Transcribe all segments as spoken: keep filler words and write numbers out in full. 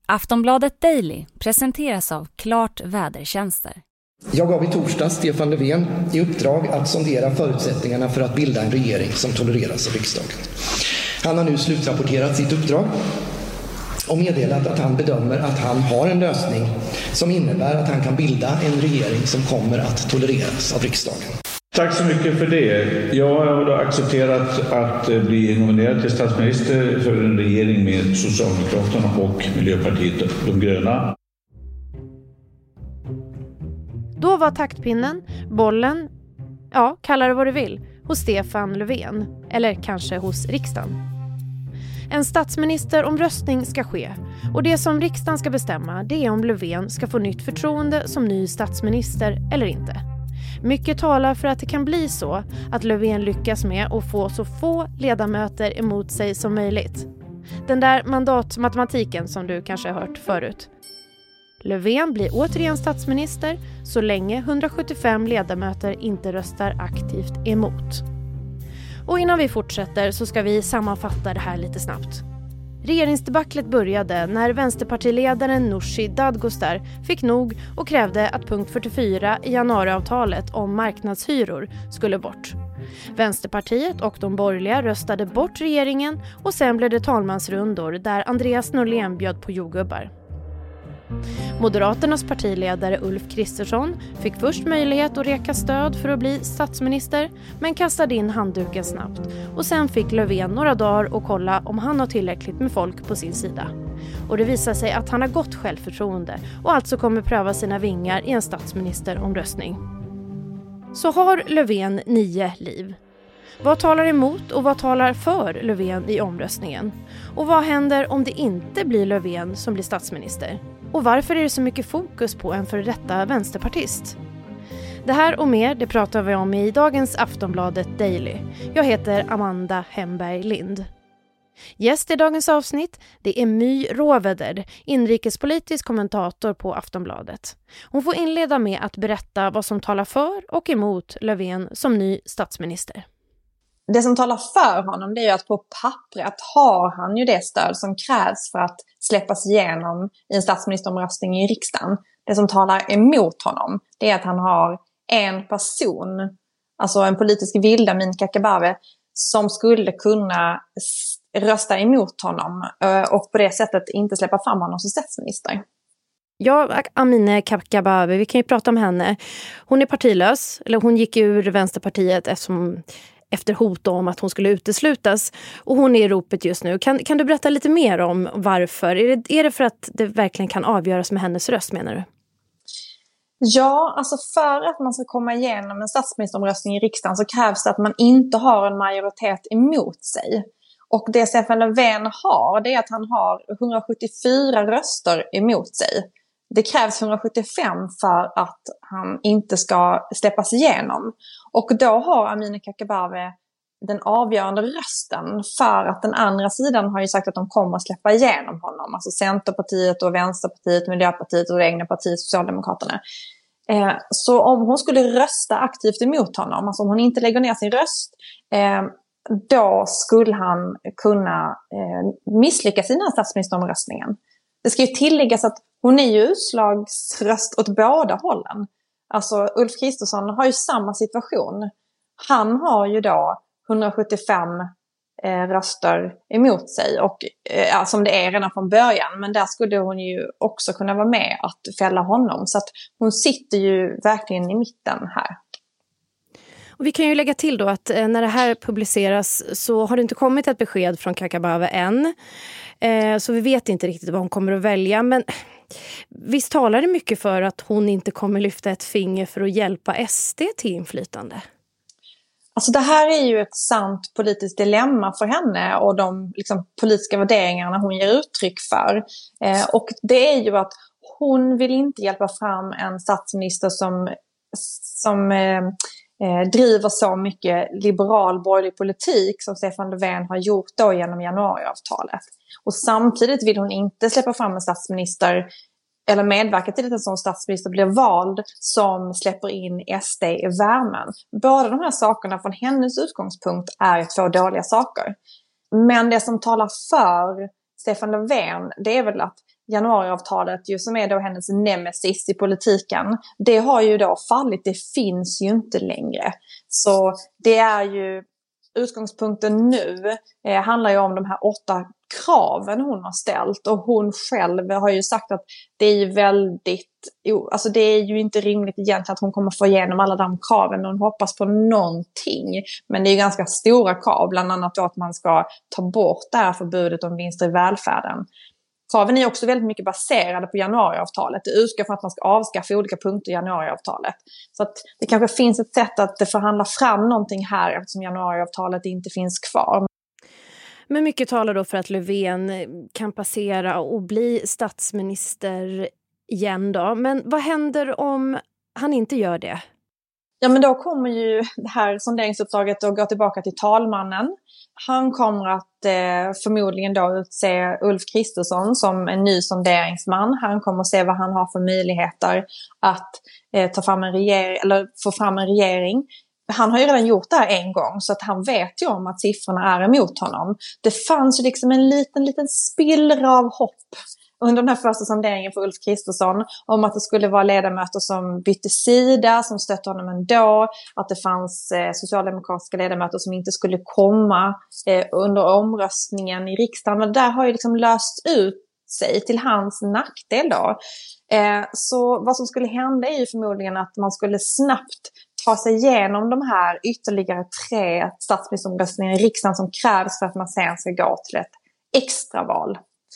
Aftonbladet Daily presenteras av Klart Vädertjänster. Jag gav i torsdag Stefan Löfven i uppdrag att sondera förutsättningarna för att bilda en regering som tolereras av riksdagen. Han har nu slutrapporterat sitt uppdrag och meddelat att han bedömer att han har en lösning som innebär att han kan bilda en regering som kommer att tolereras av riksdagen. Tack så mycket för det. Jag har då accepterat att bli nominerad till statsminister för en regering med Socialdemokraterna och Miljöpartiet de gröna. Då var taktpinnen, bollen, ja, kalla det vad du vill, hos Stefan Löfven. Eller kanske hos riksdagen. En statsministeromröstning ska ske. Och det som riksdagen ska bestämma, det är om Löfven ska få nytt förtroende som ny statsminister eller inte. Mycket talar för att det kan bli så att Löfven lyckas med att få så få ledamöter emot sig som möjligt. Den där mandatmatematiken som du kanske har hört förut. Löfven blir återigen statsminister så länge hundrasjuttiofem ledamöter inte röstar aktivt emot. Och innan vi fortsätter så ska vi sammanfatta det här lite snabbt. Regeringsdebaclet började när vänsterpartiledaren Nooshi Dadgostar fick nog och krävde att punkt fyrtiofyra i januariavtalet om marknadshyror skulle bort. Vänsterpartiet och de borgerliga röstade bort regeringen och sen blev det talmansrundor där Andreas Norlén bjöd på jordgubbar. Moderaternas partiledare Ulf Kristersson fick först möjlighet att reka stöd för att bli statsminister men kastade in handduken snabbt och sen fick Löfven några dagar att kolla om han har tillräckligt med folk på sin sida. Och det visar sig att han har gott självförtroende och alltså kommer pröva sina vingar i en statsministeromröstning. Så har Löfven nio liv. Vad talar emot och vad talar för Löfven i omröstningen? Och vad händer om det inte blir Löfven som blir statsminister? Och varför är det så mycket fokus på en före detta vänsterpartist? Det här och mer, det pratar vi om i dagens Aftonbladet Daily. Jag heter Amanda Hemberg Lind. Gäst i dagens avsnitt, det är My Råväder, inrikespolitisk kommentator på Aftonbladet. Hon får inleda med att berätta vad som talar för och emot Löfven som ny statsminister. Det som talar för honom, det är ju att på pappret har han ju det stöd som krävs för att släppas igenom i en statsministeromröstning i riksdagen. Det som talar emot honom, det är att han har en person, alltså en politisk vilde, Amineh Kakabaveh, som skulle kunna rösta emot honom och på det sättet inte släppa fram honom som statsminister. Ja, Amineh Kakabaveh, vi kan ju prata om henne. Hon är partilös, eller hon gick ur Vänsterpartiet eftersom... efter hot om att hon skulle uteslutas. Och hon är i ropet just nu. Kan, kan du berätta lite mer om varför? Är det, är det för att det verkligen kan avgöras med hennes röst, menar du? Ja, alltså för att man ska komma igenom en statsministeromröstning i riksdagen så krävs det att man inte har en majoritet emot sig. Och det Stefan Löfven har, det är att han har hundrasjuttiofyra röster emot sig. Det krävs hundrasjuttiofem för att han inte ska släppas igenom. Och då har Amineh Kakabaveh den avgörande rösten för att den andra sidan har ju sagt att de kommer att släppa igenom honom. Alltså Centerpartiet och Vänsterpartiet, Miljöpartiet och det egna partiet Socialdemokraterna. Eh, så om hon skulle rösta aktivt emot honom, alltså om hon inte lägger ner sin röst, eh, då skulle han kunna eh, misslyckas i den här statsministeromröstningen. Det ska ju tilläggas att hon är ju utslagsröst åt båda hållen. Alltså Ulf Kristersson har ju samma situation. Han har ju då hundrasjuttiofem eh, röster emot sig. Och eh, som det är redan från början. Men där skulle hon ju också kunna vara med att fälla honom. Så att hon sitter ju verkligen i mitten här. Och vi kan ju lägga till då att eh, när det här publiceras så har det inte kommit ett besked från Kakabaveh än. Eh, så vi vet inte riktigt vad hon kommer att välja. Men visst talar det mycket för att hon inte kommer lyfta ett finger för att hjälpa S D till inflytande? Alltså det här är ju ett sant politiskt dilemma för henne och de liksom, politiska värderingarna hon ger uttryck för. Eh, och det är ju att hon vill inte hjälpa fram en statsminister som, som eh, eh, driver så mycket liberal borgerlig politik som Stefan Löfven har gjort då genom januariavtalet. Och samtidigt vill hon inte släppa fram en statsminister eller medverka till att en sån statsminister blir vald som släpper in S D i värmen. Båda de här sakerna från hennes utgångspunkt är två dåliga saker. Men det som talar för Stefan Löfven, det är väl att januariavtalet, ju, som är då hennes nemesis i politiken, det har ju då fallit, det finns ju inte längre. Så det är ju utgångspunkten nu eh, handlar ju om de här åtta kraven hon har ställt, och hon själv har ju sagt att det är ju väldigt, alltså det är ju inte rimligt egentligen att hon kommer få igenom alla de kraven, men hon hoppas på någonting. Men det är ju ganska stora krav, bland annat då att man ska ta bort det här förbudet om vinster i välfärden. Kraven är också väldigt mycket baserade på januariavtalet. Det utgår från att man ska avskaffa olika punkter i januariavtalet. Så att det kanske finns ett sätt att förhandla fram någonting här eftersom januariavtalet inte finns kvar. Men mycket talar då för att Löfven kan passera och bli statsminister igen då. Men vad händer om han inte gör det? Ja, men då kommer ju det här sonderingsuppdraget att gå tillbaka till talmannen. Han kommer att eh, förmodligen då utse Ulf Kristersson som en ny sonderingsman. Han kommer att se vad han har för möjligheter att eh, ta fram en regering, eller få fram en regering. Han har ju redan gjort det här en gång, så att han vet ju om att siffrorna är emot honom. Det fanns ju liksom en liten, liten spillra av hopp under den här första sonderingen för Ulf Kristersson om att det skulle vara ledamöter som bytte sida, som stötte honom ändå, att det fanns eh, socialdemokratiska ledamöter som inte skulle komma eh, under omröstningen i riksdagen. Men där har ju liksom löst ut sig till hans nackdel då. Eh, så vad som skulle hända är ju förmodligen att man skulle snabbt ta sig igenom de här ytterligare tre statsministeromröstningar i riksdagen som krävs för att man sen ska gå till ett extraval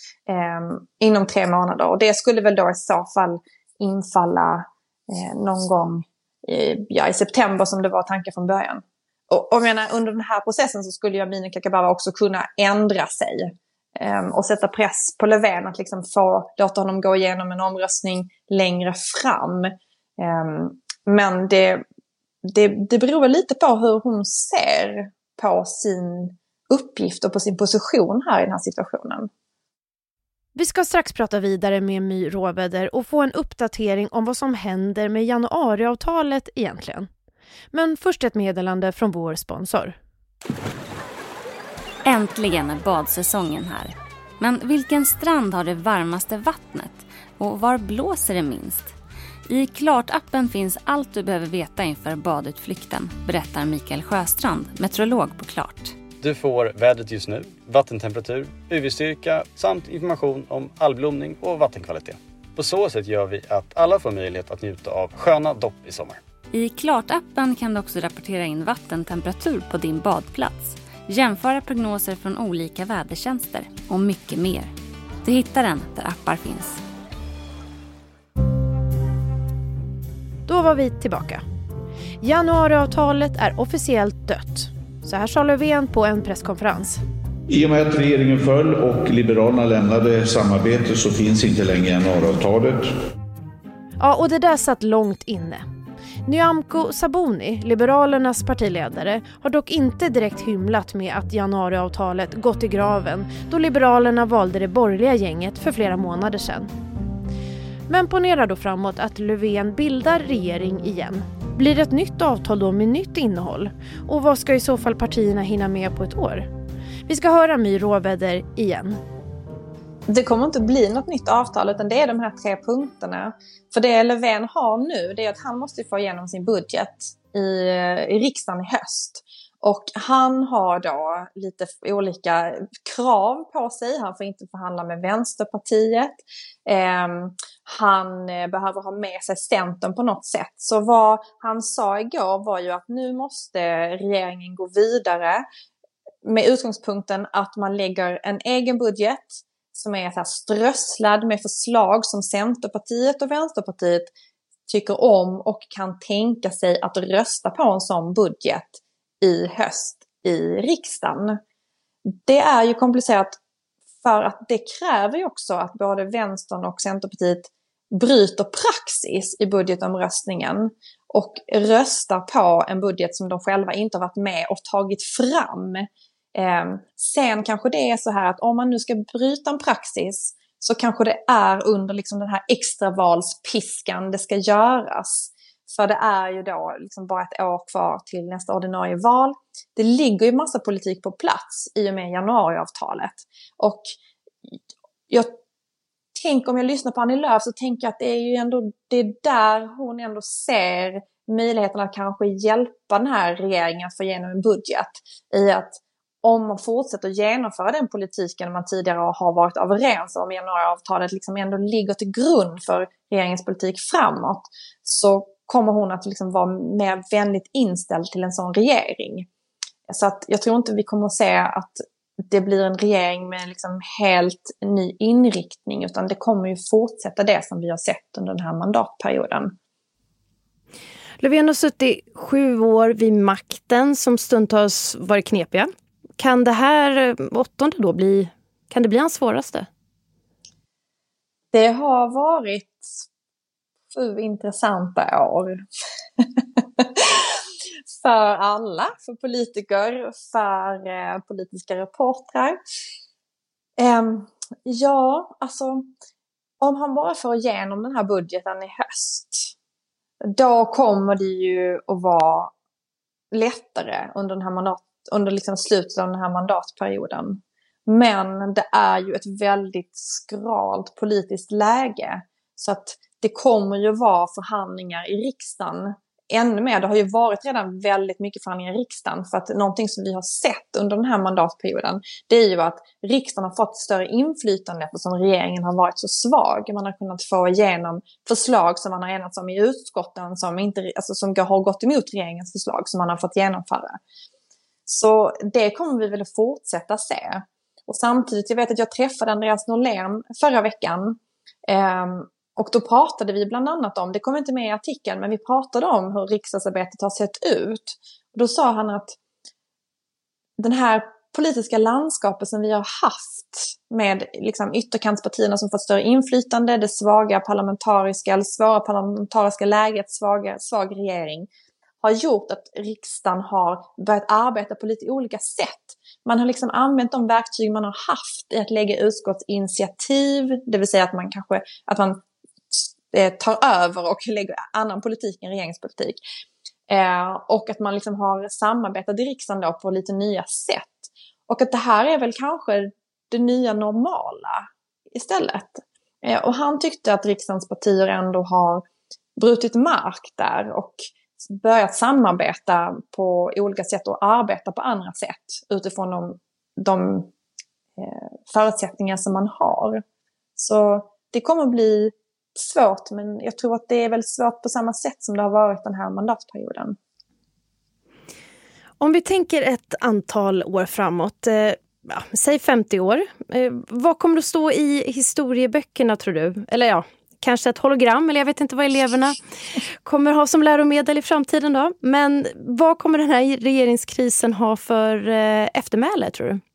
eh, inom tre månader. Och det skulle väl då i så fall infalla eh, någon gång i, ja, i september som det var tanken från början. Och, och menar, under den här processen så skulle ju Amineh Kakabaveh också kunna ändra sig eh, och sätta press på Löfven att liksom få, låta honom gå igenom en omröstning längre fram. Eh, men det Det, det beror väl lite på hur hon ser på sin uppgift och på sin position här i den här situationen. Vi ska strax prata vidare med My Råväder och få en uppdatering om vad som händer med januariavtalet egentligen. Men först ett meddelande från vår sponsor. Äntligen är badsäsongen här. Men vilken strand har det varmaste vattnet? Och var blåser det minst? I Klart-appen finns allt du behöver veta inför badutflykten, berättar Mikael Sjöstrand, meteorolog på Klart. Du får vädret just nu, vattentemperatur, U V-styrka samt information om algblomning och vattenkvalitet. På så sätt gör vi att alla får möjlighet att njuta av sköna dopp i sommar. I Klart-appen kan du också rapportera in vattentemperatur på din badplats, jämföra prognoser från olika vädertjänster och mycket mer. Du hittar den där appar finns. Då var vi tillbaka. Januariavtalet är officiellt dött. Så här sa Löfven på en presskonferens. I och med att regeringen föll och Liberalerna lämnade samarbetet så finns inte längre januariavtalet. Ja, och det där satt långt inne. Nyamko Sabuni, Liberalernas partiledare, har dock inte direkt hymlat med att januariavtalet gått i graven då Liberalerna valde det borgerliga gänget för flera månader sedan. Men ponera då framåt att Löfven bildar regering igen. Blir det ett nytt avtal då med nytt innehåll? Och vad ska i så fall partierna hinna med på ett år? Vi ska höra My Råväder igen. Det kommer inte bli något nytt avtal, utan det är de här tre punkterna. För det Löfven har nu, det är att han måste få igenom sin budget i, i riksdagen i höst. Och han har då lite olika krav på sig. Han får inte förhandla med Vänsterpartiet. Eh, han behöver ha med sig Centern på något sätt. Så vad han sa igår var ju att nu måste regeringen gå vidare med utgångspunkten att man lägger en egen budget som är så här strösslad med förslag som Centerpartiet och Vänsterpartiet tycker om och kan tänka sig att rösta på en sån budget i höst i riksdagen. Det är ju komplicerat för att det kräver ju också att både Vänstern och Centerpartiet bryter praxis i budgetomröstningen och röstar på en budget som de själva inte har varit med och tagit fram. Eh, sen kanske det är så här att om man nu ska bryta en praxis så kanske det är under liksom den här extravalspiskan det ska göras. För det är ju då liksom bara ett år kvar till nästa ordinarie val. Det ligger ju massa politik på plats i och med januariavtalet. Och jag tänker, om jag lyssnar på Annie Lööf så tänker jag att det är ju ändå det är där hon ändå ser möjligheten att kanske hjälpa den här regeringen att få igenom en budget. I att om man fortsätter att genomföra den politiken man tidigare har varit överens om, januariavtalet liksom ändå ligger till grund för regeringens politik framåt, så kommer hon att liksom vara mer vänligt inställd till en sån regering. Så att jag tror inte vi kommer att se att det blir en regering med liksom helt ny inriktning, utan det kommer ju fortsätta det som vi har sett under den här mandatperioden. Löfven har suttit sju år vid makten som stundtals varit knepiga. Kan det här åttonde då bli, kan det bli hans svåraste? Det har varit sju intressanta år. För alla, för politiker, för eh, politiska reportrar. Eh, ja, alltså om han bara får igenom den här budgeten i höst, då kommer det ju att vara lättare under den här mandat, under liksom slutet av den här mandatperioden. Men det är ju ett väldigt skralt politiskt läge, så att det kommer ju vara förhandlingar i riksdagen. Ännu mer, det har ju varit redan väldigt mycket förhandlingar i riksdagen, för att någonting som vi har sett under den här mandatperioden, det är ju att riksdagen har fått större inflytande eftersom regeringen har varit så svag. Man har kunnat få igenom förslag som man har enats om i utskotten som, inte, alltså som har gått emot regeringens förslag som man har fått genomföra. Så det kommer vi väl att fortsätta se. Och samtidigt, jag vet att jag träffade Andreas Norlén förra veckan. Eh, och då pratade vi bland annat om, det kom inte med i artikeln, men vi pratade om hur riksdagsarbetet har sett ut. Och då sa han att den här politiska landskapet som vi har haft med liksom ytterkantspartierna som fått större inflytande, det svaga parlamentariska eller svåra parlamentariska läget, svaga, svag regering, har gjort att riksdagen har börjat arbeta på lite olika sätt. Man har liksom använt de verktyg man har haft i att lägga utskottsinitiativ, det vill säga att man kanske att man eh, tar över och lägger annan politik än regeringspolitik. Eh, och att man liksom har samarbetat i riksdagen då på lite nya sätt. Och att det här är väl kanske det nya normala istället. Eh, och han tyckte att riksdagens partier ändå har brutit mark där och börjat samarbeta på olika sätt och arbeta på andra sätt utifrån de, de eh, förutsättningar som man har. Så det kommer bli svårt, men jag tror att det är väl svårt på samma sätt som det har varit den här mandatperioden. Om vi tänker ett antal år framåt, eh, ja, säg femtio år, eh, vad kommer att stå i historieböckerna tror du? Eller ja, kanske ett hologram, eller jag vet inte vad eleverna kommer ha som läromedel i framtiden då. Men vad kommer den här regeringskrisen ha för eh, eftermäle, tror du?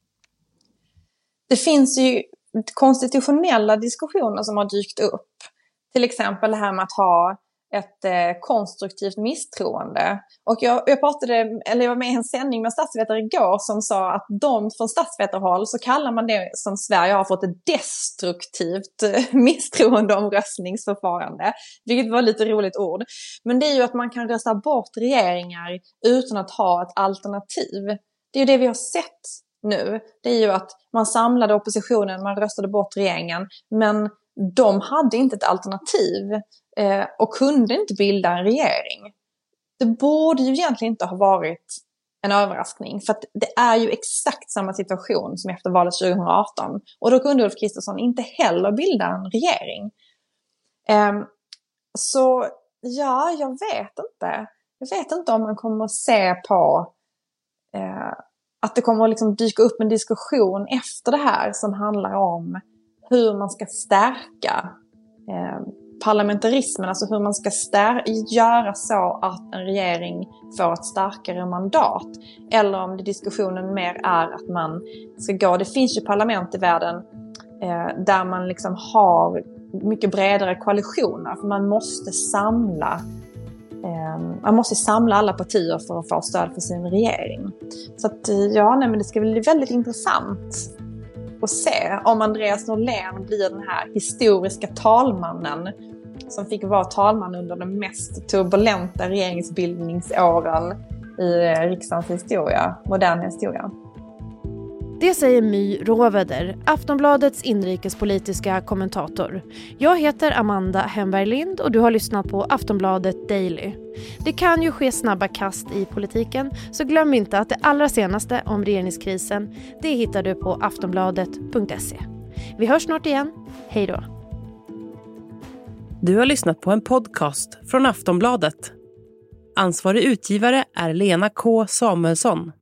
Det finns ju konstitutionella diskussioner som har dykt upp. Till exempel det här med att ha ett eh, konstruktivt misstroende. Och jag, jag pratade, eller jag var med i en sändning med statsvetare igår som sa att de från statsvetarhåll så kallar man det som Sverige har fått ett destruktivt eh, misstroendeomröstningsförfarande. Vilket var lite roligt ord. Men det är ju att man kan rösta bort regeringar utan att ha ett alternativ. Det är ju det vi har sett nu. Det är ju att man samlade oppositionen, man röstade bort regeringen, men de hade inte ett alternativ eh, och kunde inte bilda en regering. Det borde ju egentligen inte ha varit en överraskning, för att det är ju exakt samma situation som efter valet tjugo arton. Och då kunde Ulf Kristersson inte heller bilda en regering. Eh, så ja, jag vet inte. Jag vet inte om man kommer att se på eh, att det kommer att liksom dyka upp en diskussion efter det här som handlar om hur man ska stärka eh, parlamentarismen, alltså hur man ska stär- göra så att en regering får ett starkare mandat. Eller om det diskussionen mer är att man ska gå, det finns ju parlament i världen eh, där man liksom har mycket bredare koalitioner, för man måste samla eh, man måste samla alla partier för att få stöd för sin regering. Så att ja, nej, men det ska bli väldigt intressant och se om Andreas Norlén blir den här historiska talmannen som fick vara talman under de mest turbulenta regeringsbildningsåren i riksdagens historia, modern historia. Det säger My Råväder, Aftonbladets inrikespolitiska kommentator. Jag heter Amanda Hemberg Lind och du har lyssnat på Aftonbladet Daily. Det kan ju ske snabba kast i politiken, så glöm inte att det allra senaste om regeringskrisen, det hittar du på aftonbladet punkt se. Vi hörs snart igen. Hej då! Du har lyssnat på en podcast från Aftonbladet. Ansvarig utgivare är Lena K. Samuelsson.